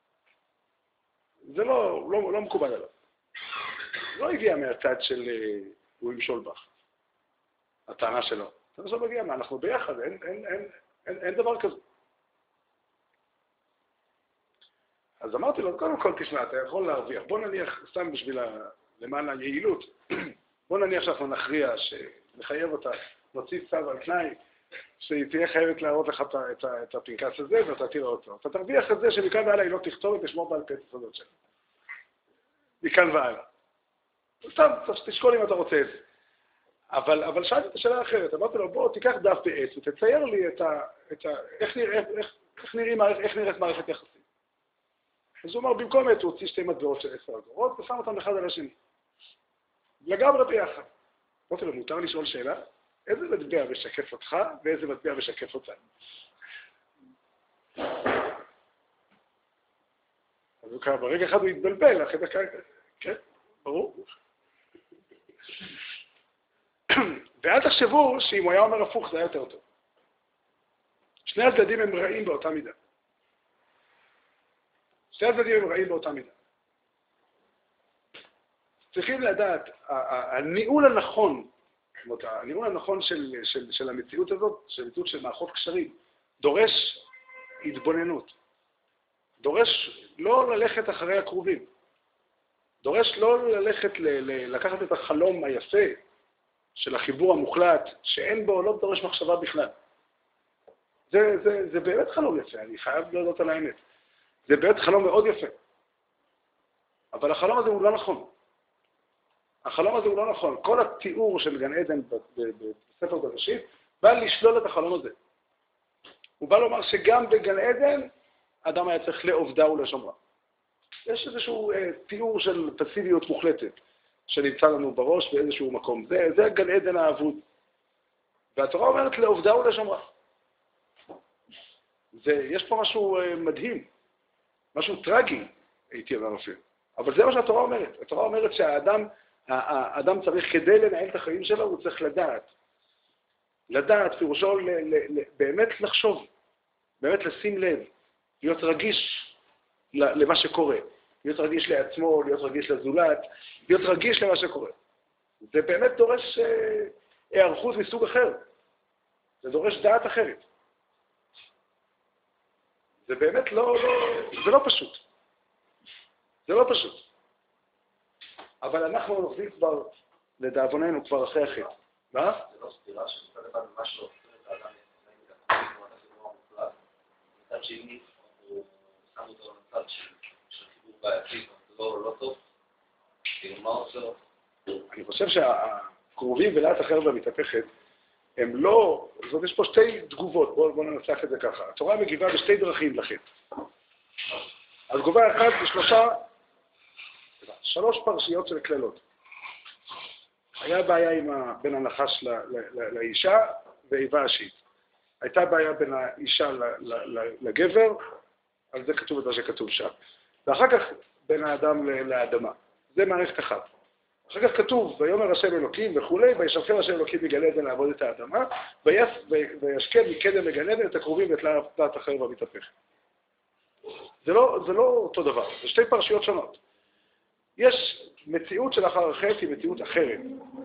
זה לא, לא, לא מקובל עליו. לא הגיע מהצד של הוא ימשול בך, הטענה שלו. הטענה שלו מגיע, מה, אנחנו ביחד, אין, אין, אין, אין, אין דבר כזה. אז אמרתי לו, קודם כל תשמע, אתה יכול להרוויח. בוא נניח, סתם בשביל למען היעילות, בוא נניח שאנחנו נכריע, שנחייב אותה, נוציא צו על תנאי, שהיא תהיה חייבת להראות לך את, את הפנקס הזה, ואתה תראה אותו. אתה תרוויח את זה שמכאן והלאה היא לא תכתוב ותשמור בעל פה את הסודות שלה. מכאן והלאה. סתם, תשקול אם אתה רוצה את זה. אבל, אבל שאלתי את השאלה האחרת, אמרתי לו, בוא תיקח דף בעץ ותצייר לי את ה, את ה, איך, נראה, איך, איך, נראים, איך נראית מערכת יחסים. אז הוא אמר, במקום את הוא הוציא שתי מטבעות של עשר אגורות ושם אותם אחד על השני. לגמרי ביחד. אמרתי לו, מותר לשאול שאלה? איזה מטבע משקף אותך ואיזה מטבע משקף אותנו? אז הוא קרא, ברגע אחד הוא התבלבל, אחרי דקה, כן, ברור. ואל תחשבו שאם הוא היה אומר הפוך זה היה יותר טוב. שני הצדדים הם רעים באותה מידה. שני הצדדים הם רעים באותה מידה. צריכים לדעת, הניהול הנכון, הניהול הנכון של, של, של המציאות הזאת, של המציאות של מערכות קשרים, דורש התבוננות. דורש לא ללכת אחרי הקרובים. דורש לא ללכת, ל, ל, לקחת את החלום היפה של החיבור המוחלט, שאין בו, לא דורש מחשבה בכלל. זה, זה, זה באמת חלום יפה, אני חייב להודות על האמת. זה באמת חלום מאוד יפה. אבל החלום הזה הוא לא נכון. החלום הזה הוא לא נכון. כל התיאור של גן עדן בספר בראשית בא לשלול את החלום הזה. הוא בא לומר שגם בגן עדן אדם היה צריך לעובדה ולשומרה. יש איזשהו אה, תיאור של פסיביות מוחלטת שנמצא לנו בראש באיזשהו מקום. זה, זה גן עדן האבוד. והתורה אומרת לעובדה ולשומרה. זה, יש פה משהו אה, מדהים, משהו טרגי, הייתי אומר אפילו. אבל זה מה שהתורה אומרת. התורה אומרת שהאדם האדם צריך, כדי לנהל את החיים שלו, הוא צריך לדעת. לדעת, פירושו ל, ל, ל, באמת לחשוב, באמת לשים לב, להיות רגיש למה שקורה, להיות רגיש לעצמו, להיות רגיש לזולת, להיות רגיש למה שקורה. זה באמת דורש אה, הערכות מסוג אחר. זה דורש דעת אחרת. זה באמת לא, לא, זה לא פשוט. זה לא פשוט. אבל אנחנו הולכים כבר, לדאבוננו, כבר אחרי החטא. מה? זה לא סתירה שמצד אחד ממש לא עושה את האדם להתנהג את החיבור המוחלט. מצד שני, הוא שם אותו למצד של חיבור בעייתי, זה לא טוב. כאילו מה עושה? אני חושב שהקרובים ולאט אחר והמתהפכת, הם לא, זאת אומרת, יש פה שתי תגובות, בואו ננסח את זה ככה. התורה מגיבה בשתי דרכים לחטא. התגובה אחת זה שלושה, שלוש פרשיות של כללות. היה בעיה עם ה, בין הנחש ל, ל, ל, לאישה ואיבה השית. הייתה בעיה בין האישה ל, ל, ל, לגבר, על זה כתוב את מה שכתוב שם. ואחר כך בין האדם ל, לאדמה. זה מערכת אחת. אחר כך כתוב, ויאמר השם אלוקים וכולי, וישלחם השם אלוקים מגן עדן לעבוד את האדמה, וישכן מקדם מגן עדן את הקרובים ואת לאט אחר והמתהפך. זה לא, זה לא אותו דבר, זה שתי פרשיות שונות. יש מציאות שלאחר החטא היא מציאות אחרת.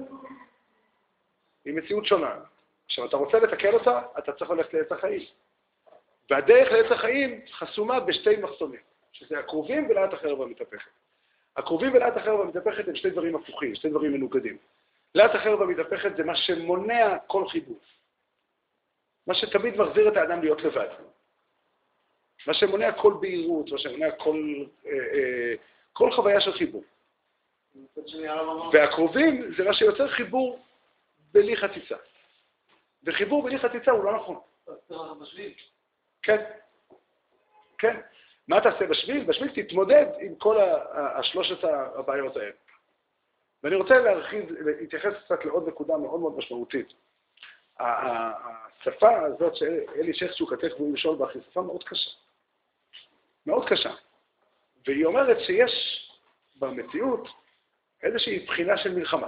היא מציאות שונה. עכשיו, אתה רוצה לתקן אותה, אתה צריך ללכת לעץ החיים. והדרך לעץ החיים חסומה בשתי מחסומים, שזה הקרובים ולאט אחר והמתהפכת. הקרובים ולאט אחר והמתהפכת הם שתי דברים הפוכים, שתי דברים מנוגדים. לאט אחר והמתהפכת זה מה שמונע כל חיבור. מה שתמיד מחזיר את האדם להיות לבד. מה שמונע כל בהירות, מה שמונע כל, אה, אה, כל חוויה של חיבור. והקרובים זה מה שיוצר חיבור בלי חציצה. וחיבור בלי חציצה הוא לא נכון. כן. כן. מה תעשה בשביל? בשביל תתמודד עם כל השלושת הבעיות האלה. ואני רוצה להרחיב, להתייחס קצת לעוד נקודה מאוד מאוד משמעותית. השפה הזאת שאלי שכט שהוא כתב והוא ישאול בה, היא שפה מאוד קשה. מאוד קשה. והיא אומרת שיש במציאות איזושהי בחינה של מלחמה.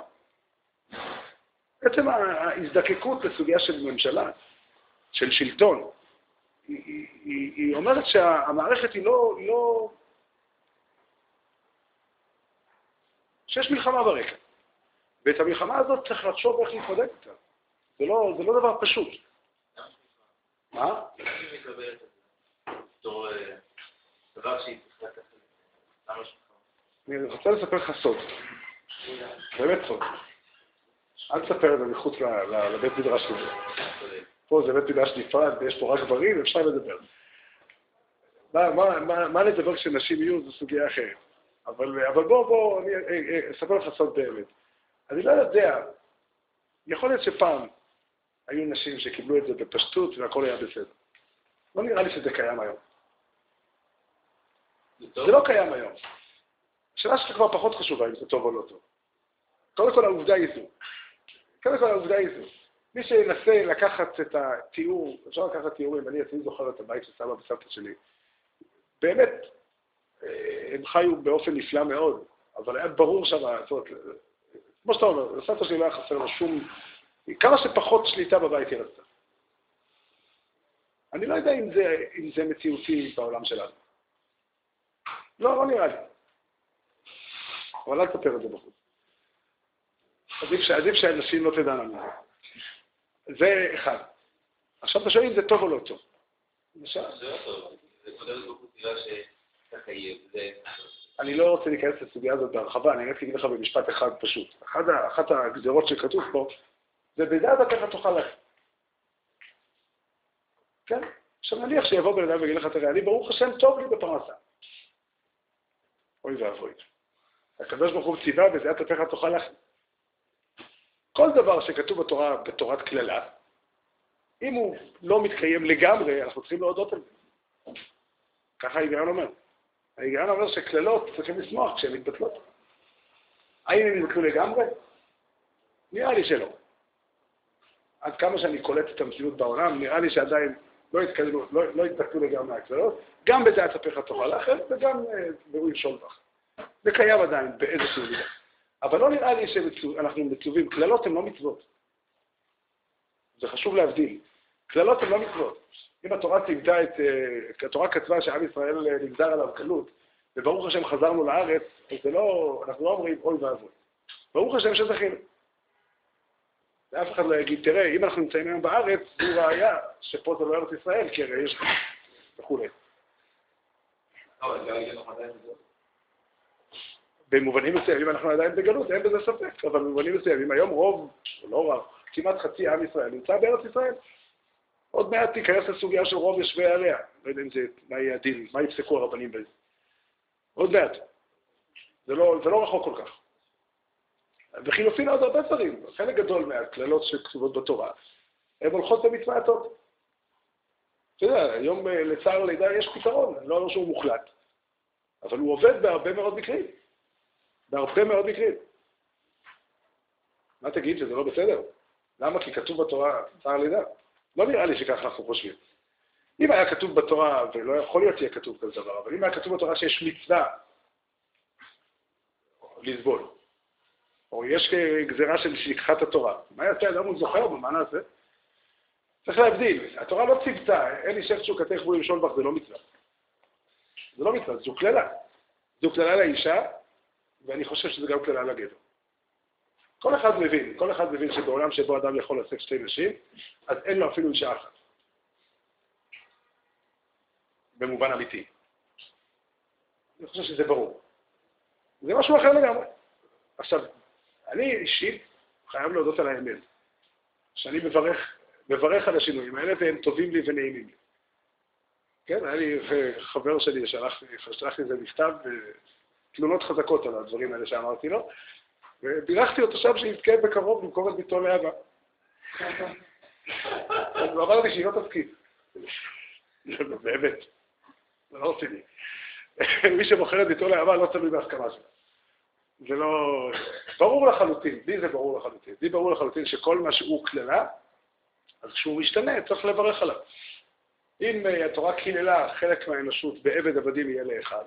בעצם ההזדקקות לסוגיה של ממשלה, של שלטון, היא, היא, היא אומרת שהמערכת היא לא, לא... שיש מלחמה ברקע. ואת המלחמה הזאת צריך לחשוב איך להתמודד איתה. זה לא, זה לא דבר פשוט. מה? איך היא מקבלת את זה? בתור דבר שהיא צריכה לקחת את זה? למה שלך? אני רוצה לספר לך סוד. באמת סוד. אל תספר את זה מחוץ לבית מדרש הזה. פה זה בית מדרש נפרד ויש פה רק גברים, אפשר לדבר. מה, מה, מה, מה לדבר כשנשים יהיו זו סוגיה אחרת. אבל, אבל בוא, בוא, אני אספר לך סוד באמת. אני לא יודע, יכול להיות שפעם היו נשים שקיבלו את זה בפשטות והכל היה בסדר. לא נראה לי שזה קיים היום. זה לא קיים היום. השאלה שלך כבר פחות חשובה אם זה טוב או לא טוב. קודם כל העובדה היא זו. קודם כל העובדה היא זו. מי שינסה לקחת את התיאור, אפשר לקחת תיאורים, אני עצמי זוכר את הבית של סבא וסבתא שלי. באמת, הם חיו באופן נפלא מאוד, אבל היה ברור שם, זאת אומרת, כמו שאתה אומר, לסבתא שלי לא היה חסר לו שום, כמה שפחות שליטה בבית היא רצתה. אני לא יודע אם זה, אם זה מציאותי בעולם שלנו. לא, לא נראה לי. אבל אל תספר את זה בחוץ. עדיף שהאנשים לא תדענה מזה. זה אחד. עכשיו אתה שואל אם זה טוב או לא טוב. זה לא טוב. זה קודם כל תראה שככה יהיה. אני לא רוצה להיכנס לסוגיה הזאת בהרחבה, אני רק אגיד לך במשפט אחד פשוט. אחת הגזירות שכתוב פה, זה בדעת אתה תוכל לך. כן? עכשיו נניח שיבוא בן אדם ויגיד לך, תראה, אני ברוך השם טוב לי בפרנסה. אוי ואבוי. הקדוש ברוך הוא ציווה, בדעת אתה תוכל לך. כל דבר שכתוב בתורה, בתורת כללה, אם הוא לא מתקיים לגמרי, אנחנו צריכים להודות על זה. ככה ההיגיון אומר. ההיגיון אומר שכללות צריכים לשמוח כשהן מתבטלות. האם הם נתבטלו לגמרי? נראה לי שלא. עד כמה שאני קולט את המציאות בעולם, נראה לי שעדיין לא התקללו, לא, לא התבטלו לגמרי הכללות, גם בדעת הפך תוכל אחר וגם ברוי שולבך. זה קיים עדיין באיזשהו מידה. אבל לא נראה לי שאנחנו מצווים, כללות הן לא מצוות. זה חשוב להבדיל. כללות הן לא מצוות. אם התורה ציוותה את, התורה כתבה שעם ישראל נגזר עליו קלות, וברוך השם חזרנו לארץ, אז זה לא, אנחנו לא אומרים אוי ואבוי. ברוך השם שזכינו. ואף אחד לא יגיד, תראה, אם אנחנו נמצאים היום בארץ, זו ראיה שפה זה לא ארץ ישראל, כי הרי יש וכולי. במובנים מסוימים אנחנו עדיין בגלות, אין בזה ספק, אבל במובנים מסוימים היום רוב, או לא רב, כמעט חצי עם ישראל נמצא בארץ ישראל. עוד מעט תיכנס לסוגיה של רוב יושבי עליה, לא יודע אם זה, מה יהיה הדין, מה יפסקו הרבנים בזה. עוד מעט. זה לא, זה לא רחוק כל כך. וחילופין עוד הרבה דברים, חלק גדול מהכללות שכתובות בתורה, הן הולכות למצווה הטוב. אתה יודע, היום לצער לידה יש פתרון, לא אומר שהוא מוחלט, אבל הוא עובד בהרבה מאוד מקרים. בהרבה מאוד מקרים. מה תגיד שזה לא בסדר? למה? כי כתוב בתורה צער לידה. לא נראה לי שככה אנחנו חושבים. אם היה כתוב בתורה, ולא יכול להיות שיהיה כתוב כזה דבר, אבל אם היה כתוב בתורה שיש מצווה לסבול, או יש גזירה של שכחת התורה, מה יעשה? למה הוא זוכר בו? מה נעשה? צריך להבדיל. התורה לא ציוותה, אין לי שפט שהוא כתך בו למשול בך, זה לא מצווה. זה לא מצווה, זו כללה. זו כללה לאישה, ואני חושב שזה גם כללה לגבר. כל אחד מבין, כל אחד מבין שבעולם שבו אדם יכול לשאת שתי נשים, אז אין לו אפילו אישה אחת. במובן אמיתי. אני חושב שזה ברור. זה משהו אחר לגמרי. עכשיו, אני אישית חייב להודות על האמת, שאני מברך, מברך על השינויים האלה, והם טובים לי ונעימים לי. כן, היה לי חבר שלי ששלח לי איזה מכתב, תלונות חזקות על הדברים האלה שאמרתי לו, ובירכתי אותו שם שיזכה בקרוב למכור את ביתו לאבא. אז הוא אמר לי שהיא לא תסכים. באמת, זה לא עושה לי. מי שמוכר את ביתו לאבא לא תלוי בהסכמה שלה. זה לא... ברור לחלוטין, לי זה ברור לחלוטין. לי ברור לחלוטין שכל מה שהוא כללה, אז כשהוא משתנה צריך לברך עליו. אם התורה כללה חלק מהאנושות בעבד עבדים יהיה לאחד,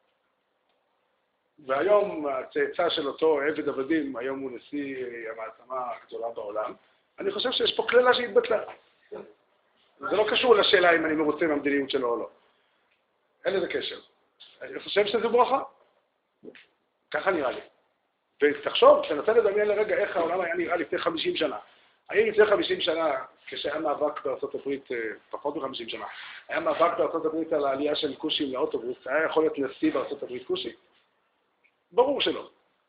והיום הצאצא של אותו עבד עבדים, היום הוא נשיא המעצמה הגדולה בעולם, אני חושב שיש פה כללה שהתבטלה. זה לא קשור לשאלה אם אני מרוצה מהמדיניות שלו או לא. אין לזה קשר. אני חושב שזו ברכה. ככה נראה לי. ותחשוב, תנסה לדמיין לרגע איך העולם היה נראה לפני חמישים שנה. האם לפני חמישים שנה, כשהיה מאבק בארצות הברית, פחות מ-חמישים שנה, היה מאבק בארצות הברית על העלייה של כושים לאוטובוס, היה יכול להיות נשיא בארצות הברית כושי? ברור שלא.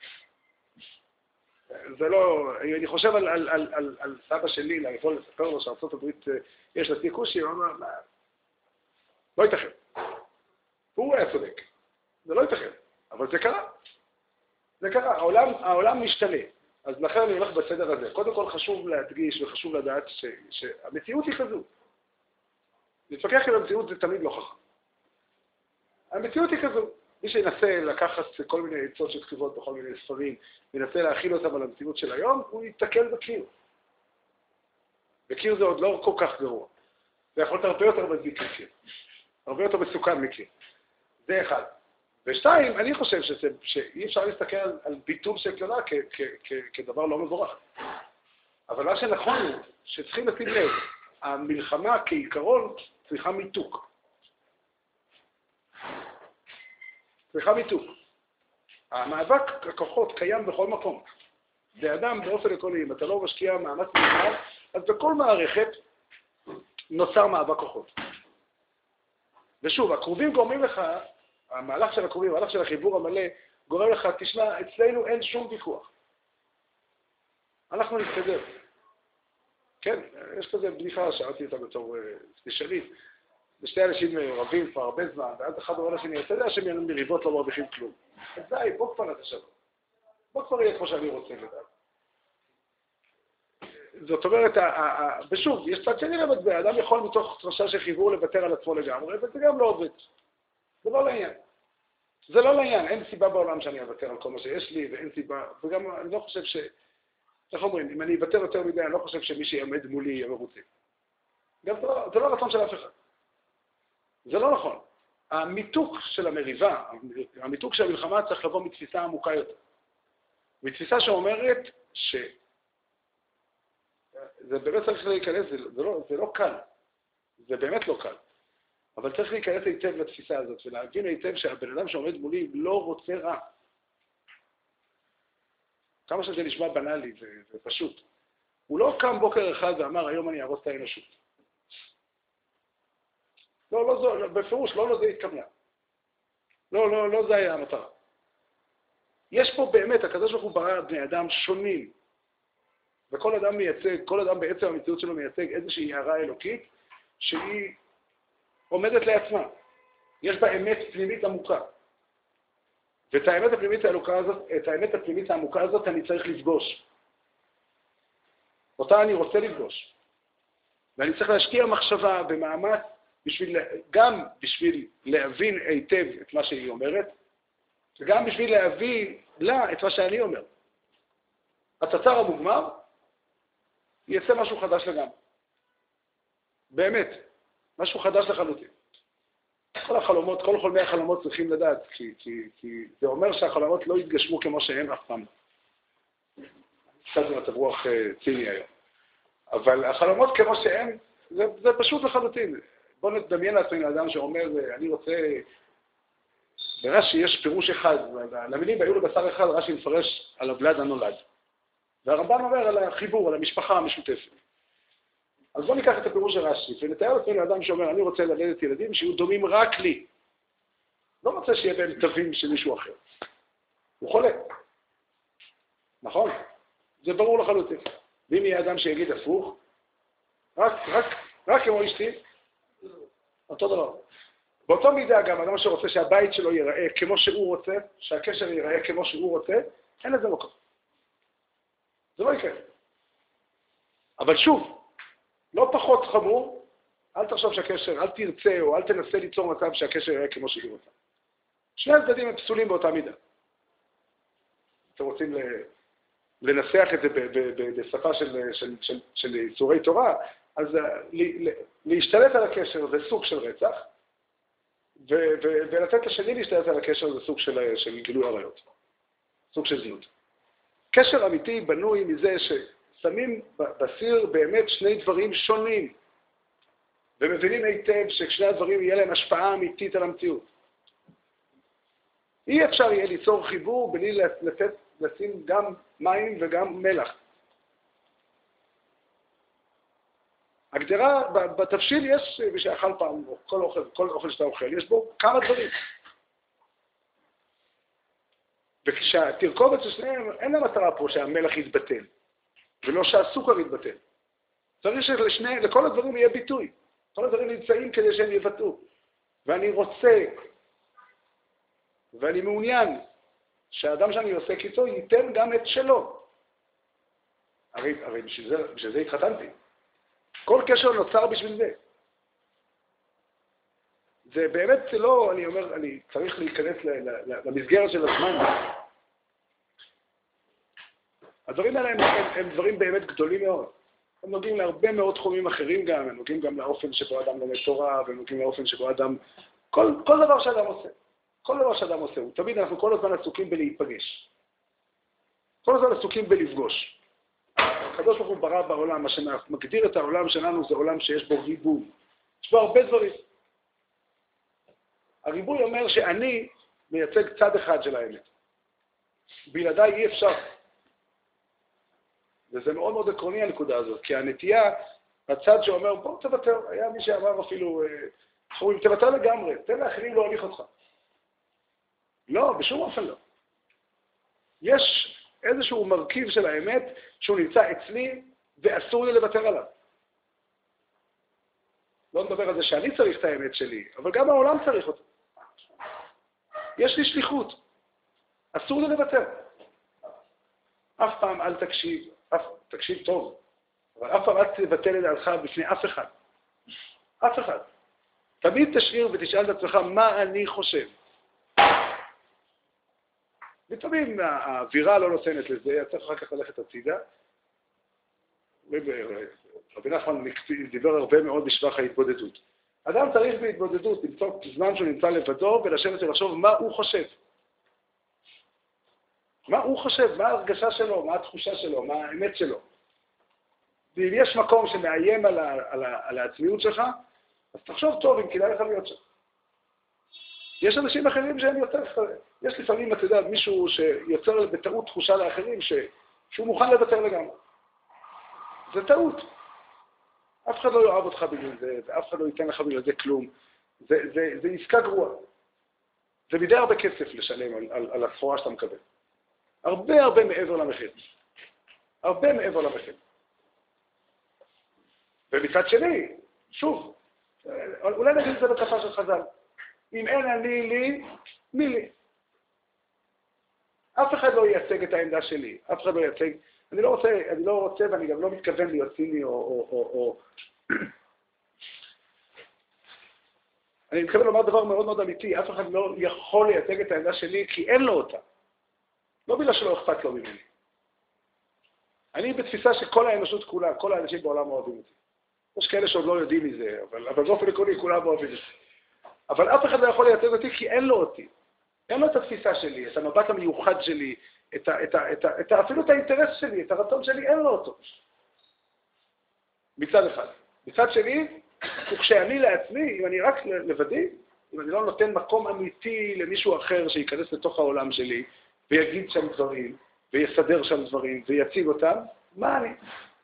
זה לא, אני חושב על, על, על, על, על סבא שלי, להיכול לספר לו שארצות הברית יש נשיא כושי, הוא אומר, מה? לא ייתכן. הוא היה צודק. זה לא ייתכן. אבל זה קרה. זה קרה. העולם, העולם משתנה. אז לכן אני הולך בסדר הזה. קודם כל חשוב להדגיש וחשוב לדעת ש, שהמציאות היא כזו. להתפקח עם המציאות זה תמיד לא חכם. המציאות היא כזו. מי שינסה לקחת כל מיני עצות שכתובות בכל מיני ספרים, וינסה להכיל אותם על המציאות של היום, הוא יתקל בקיר. בקיר זה עוד לא כל כך גרוע. זה יכול להיות הרבה יותר מדביק מקיר. הרבה יותר מסוכן מקיר. זה אחד. ושתיים, אני חושב שזה, שאי אפשר להסתכל על, על ביטול של כללה כ, כ, כ, כדבר לא מבורך. אבל מה שנכון הוא שצריכים לשים לב, המלחמה כעיקרון צריכה מיתוק. צריכה מיתוק. המאבק הכוחות קיים בכל מקום. באדם באופן עקרוני, אם אתה לא משקיע מאמץ מיוחד, אז בכל מערכת נוצר מאבק כוחות. ושוב, הקרובים גורמים לך, המהלך של הקרובים, המהלך של החיבור המלא, גורם לך, תשמע, אצלנו אין שום ויכוח. אנחנו נסתדר. כן, יש כזה בדיחה, שאלתי אותה בתור ספיישליסט. ושתי אנשים רבים כבר הרבה זמן, ואז אחד אומר לשני, אתה יודע שהם מריבות לא מרוויחים כלום. אז די, בוא כבר נעשה שלום. בוא כבר יהיה כמו שאני רוצה לדעת. זאת אומרת, ושוב, יש צד שני למטבע, אדם יכול מתוך תרשה של חיבור לוותר על עצמו לגמרי, וזה גם לא עובד. זה לא לעניין. זה לא לעניין, אין סיבה בעולם שאני אוותר על כל מה שיש לי, ואין סיבה, וגם אני לא חושב ש... איך אומרים, אם אני אוותר יותר מדי, אני לא חושב שמי שיעמד מולי יהיה מרוצה. גם זה לא, זה לא רצון של אף אחד. זה לא נכון. המיתוק של המריבה, המיתוק של המלחמה צריך לבוא מתפיסה עמוקה יותר. מתפיסה שאומרת ש... זה באמת צריך להיכנס, זה, זה, לא, זה לא קל. זה באמת לא קל. אבל צריך להיכנס היטב לתפיסה הזאת, ולהבין היטב שהבן אדם שעומד מולי לא רוצה רע. כמה שזה נשמע בנאלי ופשוט. הוא לא קם בוקר אחד ואמר, היום אני ארוס את האנושות. לא, לא זו, בפירוש, לא, לא זה התכוונה. לא, לא, לא זה היה המטרה. יש פה באמת, הקדוש ברוך הוא ברא בני אדם שונים, וכל אדם מייצג, כל אדם בעצם המציאות שלו מייצג איזושהי הערה אלוקית, שהיא עומדת לעצמה. יש בה אמת פנימית עמוקה. ואת האמת הפנימית העמוקה הזאת, את האמת הפנימית העמוקה הזאת אני צריך לפגוש. אותה אני רוצה לפגוש. ואני צריך להשקיע מחשבה במאמץ, בשביל, גם בשביל להבין היטב את מה שהיא אומרת, וגם בשביל להבין לה את מה שאני אומר. התוצר המוגמר, יצא משהו חדש לגמרי. באמת, משהו חדש לחלוטין. כל החלומות, כל חולמי החלומות צריכים לדעת, כי, כי, כי זה אומר שהחלומות לא יתגשמו כמו שהם אף פעם. קצת זה מצב רוח ציני היום. אבל החלומות כמו שהם, זה, זה פשוט לחלוטין. בואו נדמיין לעצמנו לאדם שאומר, אני רוצה... ברש"י יש פירוש אחד, למילים היו לבשר אחד, רש"י מפרש על הוולד הנולד. והרמב"ן אומר על החיבור, על המשפחה המשותפת. אז בואו ניקח את הפירוש של רש"י, ונתאר לעצמנו לאדם שאומר, אני רוצה ללדת ילדים שיהיו דומים רק לי. לא רוצה שיהיה בהם תווים של מישהו אחר. הוא חולה. נכון? זה ברור לחלוטין. ואם יהיה אדם שיגיד הפוך, רק, רק, רק כמו אשתי, אותו דבר. באותו מידה גם, אדם שרוצה שהבית שלו ייראה כמו שהוא רוצה, שהקשר ייראה כמו שהוא רוצה, אין לזה מקום. זה לא יקרה. אבל שוב, לא פחות חמור, אל תחשוב שהקשר, אל תרצה או אל תנסה ליצור מצב שהקשר ייראה כמו שהוא רוצה. שני הצדדים הם פסולים באותה מידה. אתם רוצים לנסח את זה בשפה של, של, של, של יצורי תורה, אז להשתלט על הקשר זה סוג של רצח, ולתת לשני להשתלט על הקשר זה סוג של, של גילוי עריות, סוג של זנות. קשר אמיתי בנוי מזה ששמים בסיר באמת שני דברים שונים, ומבינים היטב ששני הדברים יהיה להם השפעה אמיתית על המציאות. אי אפשר יהיה ליצור חיבור בלי לתת, לשים גם מים וגם מלח. הגדרה, בתבשיל יש, מי שאכל פעם, כל אוכל, כל אוכל שאתה אוכל, יש בו כמה דברים. וכשהתרכובת של שניהם, אין לה מטרה פה שהמלח יתבטל, ולא שהסוכר יתבטל. צריך שלשני, לכל הדברים יהיה ביטוי. כל הדברים נמצאים כדי שהם יבטאו. ואני רוצה, ואני מעוניין, שהאדם שאני עוסק איתו ייתן גם את שלו. הרי, הרי בשביל זה, בשביל זה התחתנתי. כל קשר נוצר בשביל זה. זה באמת לא, אני אומר, אני צריך להיכנס למסגרת של הזמן. הדברים האלה הם, הם, הם דברים באמת גדולים מאוד. הם נוגעים להרבה מאוד תחומים אחרים גם, הם נוגעים גם לאופן שבו אדם לומד תורה, והם נוגעים לאופן שבו אדם, כל, כל דבר שאדם עושה. כל דבר שאדם עושה, הוא תמיד אנחנו כל הזמן עסוקים בלהיפגש. כל הזמן עסוקים בלפגוש. הקדוש ברוך הוא ברא בעולם, מה שמגדיר את העולם שלנו זה עולם שיש בו ריבוי. יש בו הרבה דברים. הריבוי אומר שאני מייצג צד אחד של האמת. בלעדיי אי אפשר. וזה מאוד מאוד עקרוני הנקודה הזאת, כי הנטייה, הצד שאומר, בוא תוותר, היה מי שאמר אפילו, חורים, תוותר לגמרי, תן לאחרים לא הוליך אותך. לא, בשום אופן לא. יש איזשהו מרכיב של האמת שהוא נמצא אצלי ואסור לי לוותר עליו. לא נדבר על זה שאני צריך את האמת שלי, אבל גם העולם צריך אותה. יש לי שליחות, אסור לי לוותר. אף פעם אל תקשיב, אף, תקשיב טוב, אבל אף פעם אל תבטל את דעתך בפני אף אחד. אף אחד. תמיד תשאיר ותשאל את עצמך מה אני חושב. לפעמים האווירה לא נותנת לזה, צריך אחר כך ללכת הצידה. רבי נחמן דיבר הרבה מאוד בשבח ההתבודדות. אדם צריך בהתבודדות למצוא זמן שהוא נמצא לבדו ולשבת ולחשוב מה הוא חושב. מה הוא חושב, מה ההרגשה שלו, מה התחושה שלו, מה האמת שלו. ואם יש מקום שמאיים על, ה, על, ה, על העצמיות שלך, אז תחשוב טוב אם כדאי לך להיות שם. יש אנשים אחרים שהם יותר, יש לפעמים, אתה יודע, מישהו שיוצר בטעות תחושה לאחרים ש, שהוא מוכן לוותר לגמרי. זה טעות. אף אחד לא יאהב אותך בגלל זה, ואף אחד לא ייתן לך בגלל זה כלום. זה, זה, זה עסקה גרועה. זה מדי הרבה כסף לשלם על, על, על הסחורה שאתה מקבל. הרבה הרבה מעבר למחיר. הרבה מעבר למחיר. ומצד שני, שוב, אולי נגיד את זה בשפה של חז"ל. אם אין אני לי, מי לי? אף אחד לא ייצג את העמדה שלי. אף אחד לא ייצג. אני לא רוצה, אני לא רוצה ואני גם לא מתכוון להיות ציני או... או, או, או... אני מתכוון לומר דבר מאוד מאוד אמיתי. אף אחד לא יכול לייצג את העמדה שלי כי אין לו אותה. לא בגלל שלא אכפת לו ממני. אני בתפיסה שכל האנושות כולה, כל האנשים בעולם אוהבים אותי. יש כאלה שעוד לא יודעים מזה, אבל, אבל באופן עקרוני כולם אוהבים את זה. אבל אף אחד לא יכול לייצג אותי כי אין לו אותי. אין לו את התפיסה שלי, את המבט המיוחד שלי, את ה, את ה, את ה, את ה, אפילו את האינטרס שלי, את הרצון שלי, אין לו אותו. מצד אחד. מצד שני, וכשאני לעצמי, אם אני רק לבדי, אם אני לא נותן מקום אמיתי למישהו אחר שייכנס לתוך העולם שלי, ויגיד שם דברים, ויסדר שם דברים, ויציג אותם, מה אני?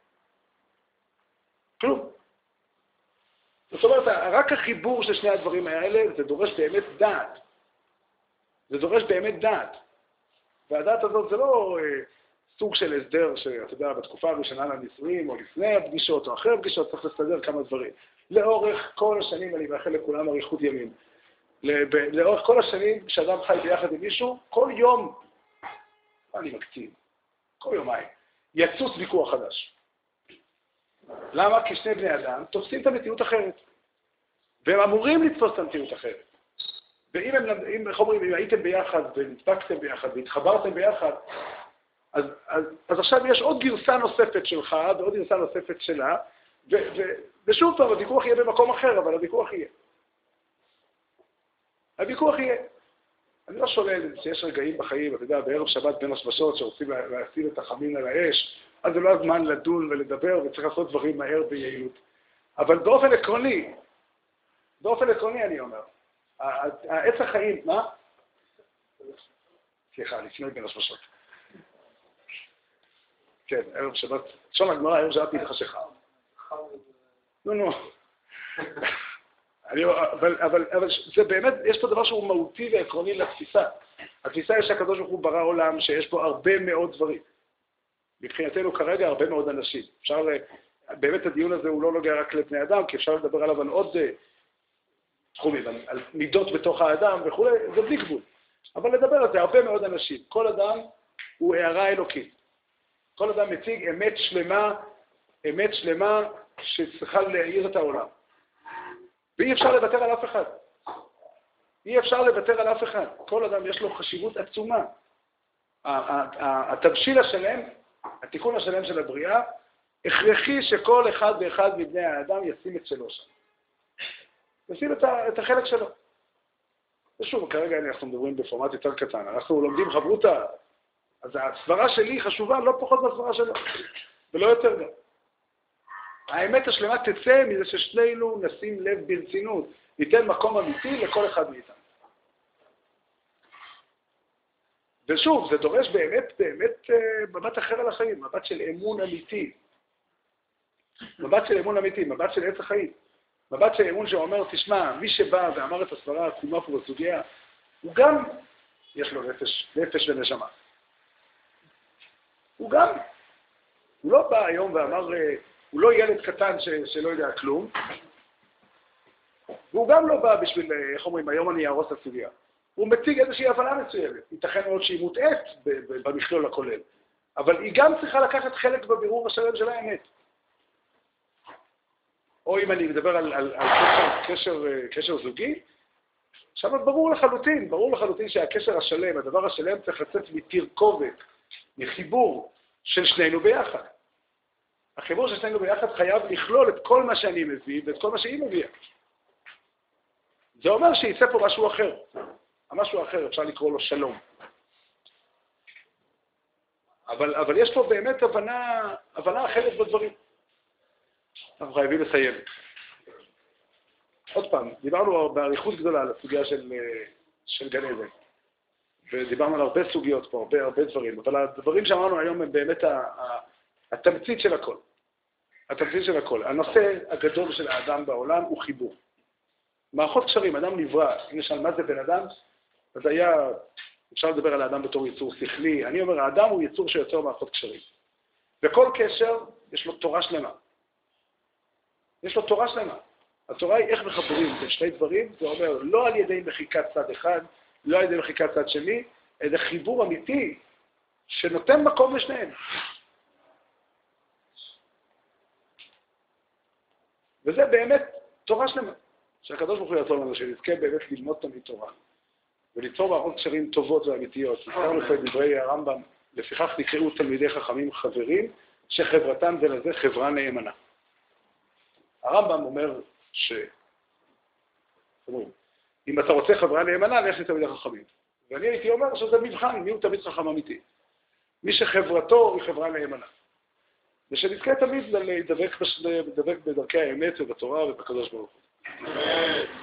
כלום. זאת אומרת, רק החיבור של שני הדברים האלה, זה דורש באמת דעת. זה דורש באמת דעת. והדעת הזאת זה לא אה, סוג של הסדר שאתה יודע, בתקופה הראשונה לנישואים, או לפני הפגישות, או אחרי הפגישות, צריך לסדר כמה דברים. לאורך כל השנים, אני מאחל לכולם אריכות ימים. לאורך כל השנים, כשאדם חי ביחד עם מישהו, כל יום, אני מקצין, כל יומיים, יצוץ ויכוח חדש. למה? כי שני בני אדם תופסים את המציאות אחרת. והם אמורים לתפוס את המציאות אחרת. ואם הם, אם, אומרים, אם הייתם ביחד, ונדפקתם ביחד, והתחברתם ביחד, אז, אז, אז עכשיו יש עוד גרסה נוספת שלך, ועוד גרסה נוספת שלה, ו, ו, ושוב פעם, הוויכוח יהיה במקום אחר, אבל הוויכוח יהיה. הוויכוח יהיה. אני לא שולל שיש רגעים בחיים, אתה יודע, בערב שבת בין השבשות, שרוצים להסיל את החמין על האש, אז זה לא הזמן לדון ולדבר, וצריך לעשות דברים מהר ביעילות. אבל באופן עקרוני, באופן עקרוני אני אומר, העץ החיים, מה? סליחה, לפני בין השבשות. כן, ערב שבת, שון הגמרא, ערב שבת מתחשכה. נו, נו. אני, אבל, אבל, אבל זה באמת, יש פה דבר שהוא מהותי ועקרוני לתפיסה. התפיסה היא שהקדוש ברוך הוא ברא עולם שיש בו הרבה מאוד דברים. מבחינתנו כרגע הרבה מאוד אנשים. אפשר, באמת הדיון הזה הוא לא נוגע רק לבני אדם, כי אפשר לדבר עליו על עוד תחומים, על, על מידות בתוך האדם וכו', זה בלי גבול. אבל לדבר על זה, הרבה מאוד אנשים. כל אדם הוא הערה אלוקית. כל אדם מציג אמת שלמה, אמת שלמה שצריכה להעיר את העולם. ואי אפשר לוותר על אף אחד. אי אפשר לוותר על אף אחד. כל אדם יש לו חשיבות עצומה. התבשיל השלם, התיקון השלם של הבריאה, הכרחי שכל אחד ואחד מבני האדם ישים את שלו שם. ישים את החלק שלו. ושוב, כרגע אנחנו מדברים בפורמט יותר קטן, אנחנו לומדים חברותה, אז הסברה שלי חשובה לא פחות מהסברה שלו, ולא יותר גם. האמת השלמה תצא מזה ששנינו נשים לב ברצינות, ניתן מקום אמיתי לכל אחד מאיתנו. ושוב, זה דורש באמת, באמת מבט אחר על החיים, מבט של אמון אמיתי. מבט של אמון אמיתי, מבט של עץ החיים. מבט של אמון שאומר, תשמע, מי שבא ואמר את הסברה העקומה פה בסוגיה, הוא גם, יש לו נפש, נפש ונשמה. הוא גם, הוא לא בא היום ואמר, הוא לא ילד קטן ש, שלא יודע כלום, והוא גם לא בא בשביל, איך אומרים, היום אני אהרוס את הסוגיה. הוא מציג איזושהי הבנה מסוימת, ייתכן מאוד שהיא מוטעת במכלול הכולל, אבל היא גם צריכה לקחת חלק בבירור השלם של האמת. או אם אני מדבר על, על, על קשר, קשר, קשר זוגי, עכשיו ברור לחלוטין, ברור לחלוטין שהקשר השלם, הדבר השלם צריך לצאת מתרכובת, מחיבור של שנינו ביחד. החיבור של שנינו ביחד חייב לכלול את כל מה שאני מביא ואת כל מה שהיא מביאה. זה אומר שיצא פה משהו אחר. המשהו אחר, אפשר לקרוא לו שלום. אבל, אבל יש פה באמת הבנה, הבנה אחרת בדברים. אנחנו חייבים לסיים. עוד פעם, דיברנו באריכות גדולה על הסוגיה של, של גן עדן. ודיברנו על הרבה סוגיות פה, הרבה, הרבה דברים. אבל הדברים שאמרנו היום הם באמת ה, ה, התמצית של הכל. התמצית של הכל. הנושא הגדול של האדם בעולם הוא חיבור. מערכות קשרים, אדם נברא, אם נשאל מה זה בן אדם, אז היה, אפשר לדבר על האדם בתור יצור שכלי. אני אומר, האדם הוא יצור שיוצר מערכות קשרים. וכל קשר, יש לו תורה שלמה. יש לו תורה שלמה. התורה היא איך מחברים בין שני דברים, זה אומר, לא על ידי מחיקת צד אחד, לא על ידי מחיקת צד שני, אלא חיבור אמיתי שנותן מקום לשניהם. וזה באמת תורה שלמה. שהקדוש ברוך הוא יעזור לנו, שנזכה באמת ללמוד תמיד תורה. וליצור מערכות קשרים טובות ואמיתיות. הזכרנו פה את דברי הרמב"ם, לפיכך נקראו תלמידי חכמים חברים, שחברתם זה לזה חברה נאמנה. הרמב"ם אומר ש... אומרים, אם אתה רוצה חברה נאמנה, לך לתלמידי חכמים. ואני הייתי אומר שזה מבחן, מי הוא תמיד חכם אמיתי. מי שחברתו היא חברה נאמנה. ושנזכה תמיד לדבק בדרכי האמת ובתורה ובקדוש ברוך הוא.